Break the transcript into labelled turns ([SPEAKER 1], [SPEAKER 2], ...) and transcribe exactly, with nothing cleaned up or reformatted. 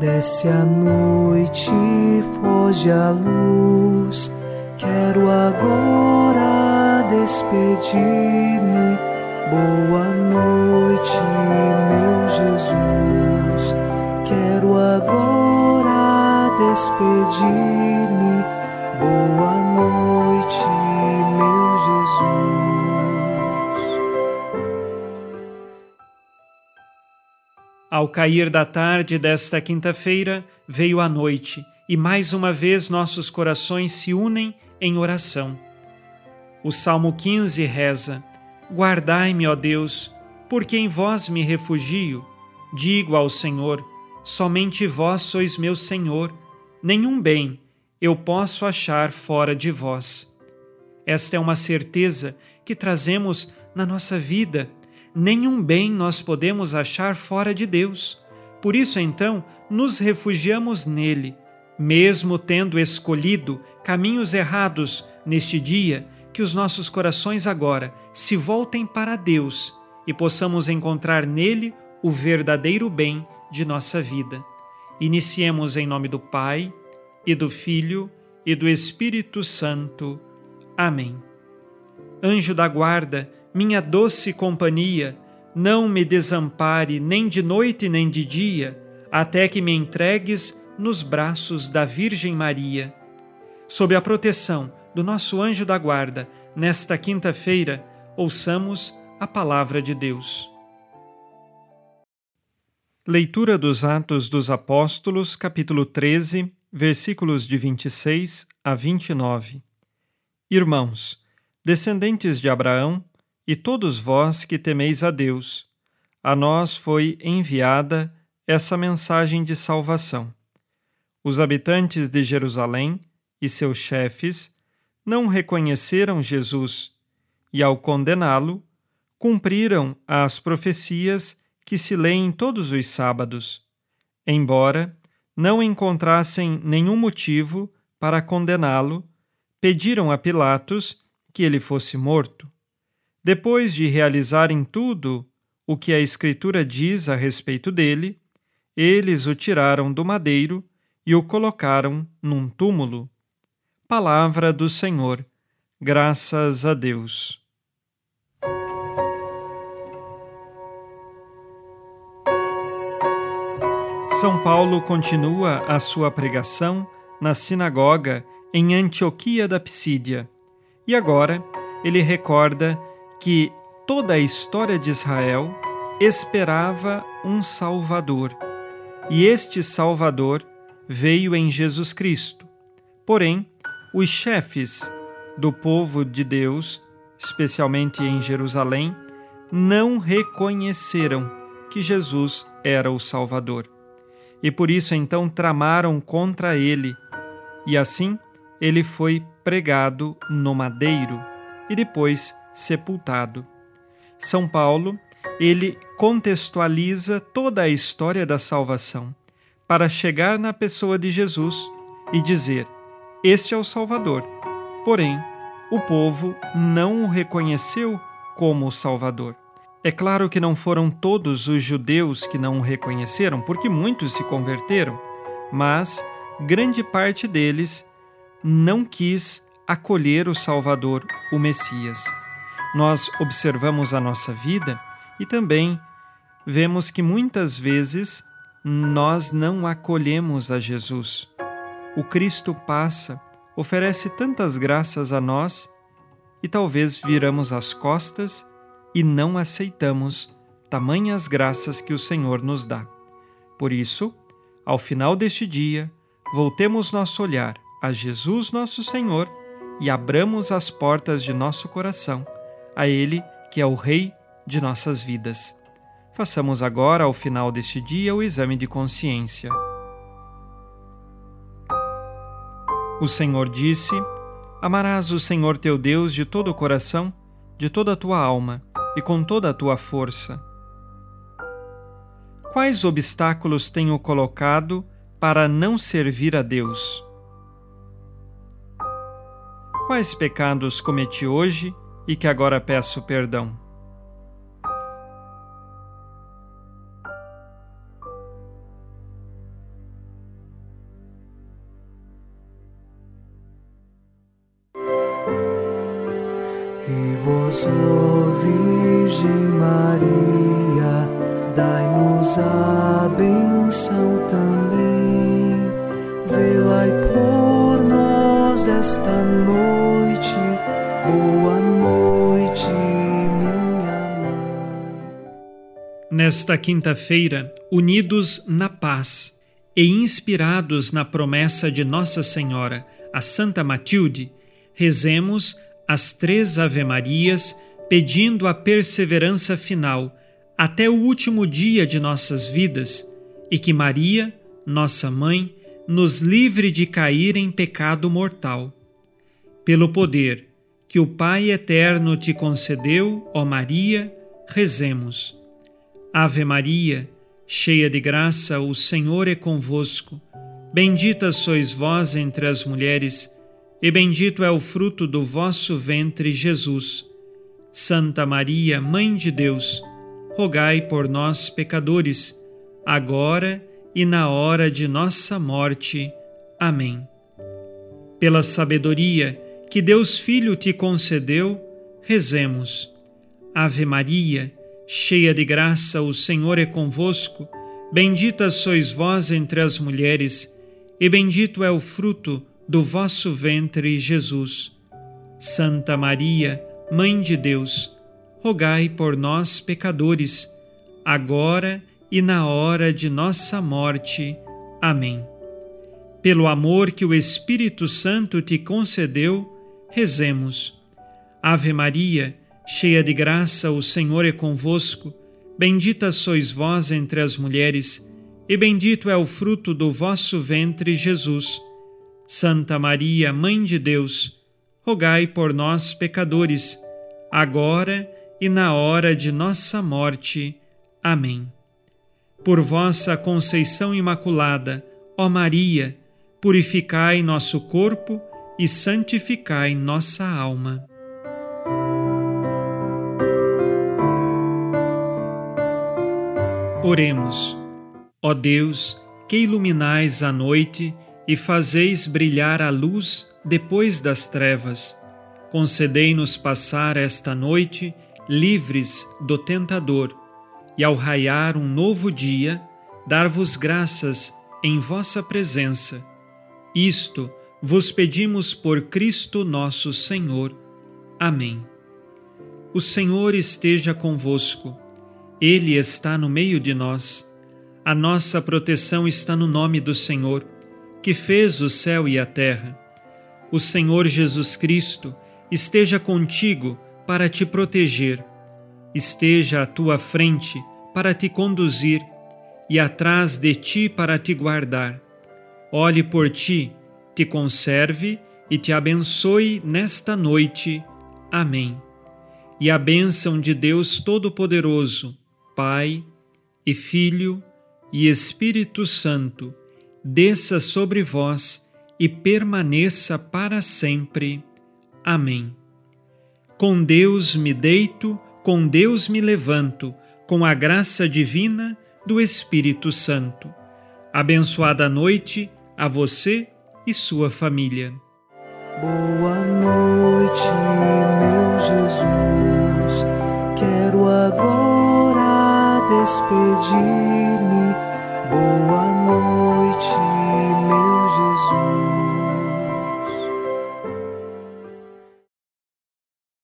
[SPEAKER 1] Desce a noite, foge a luz. Quero agora despedir-me. Boa noite, meu Jesus. Quero agora despedir-me. Boa noite, meu Jesus.
[SPEAKER 2] Ao cair da tarde desta quinta-feira, veio a noite, e mais uma vez nossos corações se unem em oração. O Salmo quinze reza: Guardai-me, ó Deus, porque em vós me refugio. Digo ao Senhor: somente vós sois meu Senhor. Nenhum bem eu posso achar fora de vós. Esta é uma certeza que trazemos na nossa vida. Nenhum bem nós podemos achar fora de Deus. Por isso, então, nos refugiamos nele. Mesmo tendo escolhido caminhos errados neste dia, que os nossos corações agora se voltem para Deus e possamos encontrar nele o verdadeiro bem de nossa vida. Iniciemos em nome do Pai, e do Filho, e do Espírito Santo. Amém. Anjo da guarda, minha doce companhia, não me desampare nem de noite nem de dia, até que me entregues nos braços da Virgem Maria. Sob a proteção do nosso anjo da guarda, nesta quinta-feira, ouçamos a palavra de Deus. Leitura dos Atos dos Apóstolos, capítulo treze, versículos de vinte e seis a vinte e nove. Irmãos, descendentes de Abraão, e todos vós que temeis a Deus, a nós foi enviada essa mensagem de salvação. Os habitantes de Jerusalém e seus chefes não reconheceram Jesus e, ao condená-lo, cumpriram as profecias que se leem todos os sábados, embora não encontrassem nenhum motivo para condená-lo, pediram a Pilatos que ele fosse morto. Depois de realizarem tudo o que a Escritura diz a respeito dele, eles o tiraram do madeiro e o colocaram num túmulo. Palavra do Senhor. Graças a Deus. São Paulo continua a sua pregação na sinagoga em Antioquia da Psídia. E agora ele recorda que toda a história de Israel esperava um Salvador. E este Salvador veio em Jesus Cristo. Porém, os chefes do povo de Deus, especialmente em Jerusalém, não reconheceram que Jesus era o Salvador. E por isso então tramaram contra ele. E assim ele foi pregado no madeiro e depois sepultado. São Paulo, ele contextualiza toda a história da salvação para chegar na pessoa de Jesus e dizer: este é o Salvador. Porém, o povo não o reconheceu como o Salvador. É claro que não foram todos os judeus que não o reconheceram, porque muitos se converteram, mas grande parte deles não quis acolher o Salvador, o Messias. Nós observamos a nossa vida e também vemos que muitas vezes nós não acolhemos a Jesus. O Cristo passa, oferece tantas graças a nós e talvez viramos as costas e não aceitamos tamanhas graças que o Senhor nos dá. Por isso, ao final deste dia, voltemos nosso olhar a Jesus nosso Senhor e abramos as portas de nosso coração a Ele, que é o Rei de nossas vidas. Façamos agora, ao final deste dia, o exame de consciência. O Senhor disse: amarás o Senhor teu Deus de todo o coração, de toda a tua alma e com toda a tua força. Quais obstáculos tenho colocado para não servir a Deus? Quais pecados cometi hoje e que agora peço perdão?
[SPEAKER 1] vós, ó Virgem Maria, dai-nos a benção também. Velai por nós esta noite, boa noite, minha mãe.
[SPEAKER 2] Nesta quinta-feira, unidos na paz e inspirados na promessa de Nossa Senhora, a Santa Matilde, rezemos as três Ave-Marias, pedindo a perseverança final até o último dia de nossas vidas e que Maria, nossa Mãe, nos livre de cair em pecado mortal. Pelo poder que o Pai Eterno te concedeu, ó Maria, rezemos. Ave Maria, cheia de graça, o Senhor é convosco. Bendita sois vós entre as mulheres, e bendito é o fruto do vosso ventre, Jesus. Santa Maria, Mãe de Deus, rogai por nós, pecadores, agora e na hora de nossa morte. Amém. Pela sabedoria que Deus Filho te concedeu, rezemos. Ave Maria, cheia de graça, o Senhor é convosco. Bendita sois vós entre as mulheres, e bendito é o fruto do vosso ventre, Jesus. Santa Maria, Mãe de Deus, rogai por nós, pecadores, agora e na hora de nossa morte. Amém. Pelo amor que o Espírito Santo te concedeu, rezemos. Ave Maria, cheia de graça, o Senhor é convosco. Bendita sois vós entre as mulheres, e bendito é o fruto do vosso ventre, Jesus. Santa Maria, Mãe de Deus, rogai por nós, pecadores, agora e na hora de nossa morte. Amém. Por vossa conceição imaculada, ó Maria, purificai nosso corpo e santificai nossa alma. Oremos. Ó Deus, que iluminais a noite e fazeis brilhar a luz depois das trevas, concedei-nos passar esta noite livres do tentador e, ao raiar um novo dia, dar-vos graças em vossa presença. Isto vos pedimos por Cristo nosso Senhor. Amém. O Senhor esteja convosco. Ele está no meio de nós. A nossa proteção está no nome do Senhor, que fez o céu e a terra. O Senhor Jesus Cristo esteja contigo para te proteger, esteja à tua frente para te conduzir e atrás de ti para te guardar. Olhe por ti, te conserve e te abençoe nesta noite. Amém. E a bênção de Deus Todo-Poderoso, Pai e Filho e Espírito Santo, desça sobre vós e permaneça para sempre. Amém. Com Deus me deito, com Deus me levanto, com a graça divina do Espírito Santo. Abençoada noite a você e sua família.
[SPEAKER 1] Boa noite, meu Jesus. Quero agora despedir-me. Boa noite, meu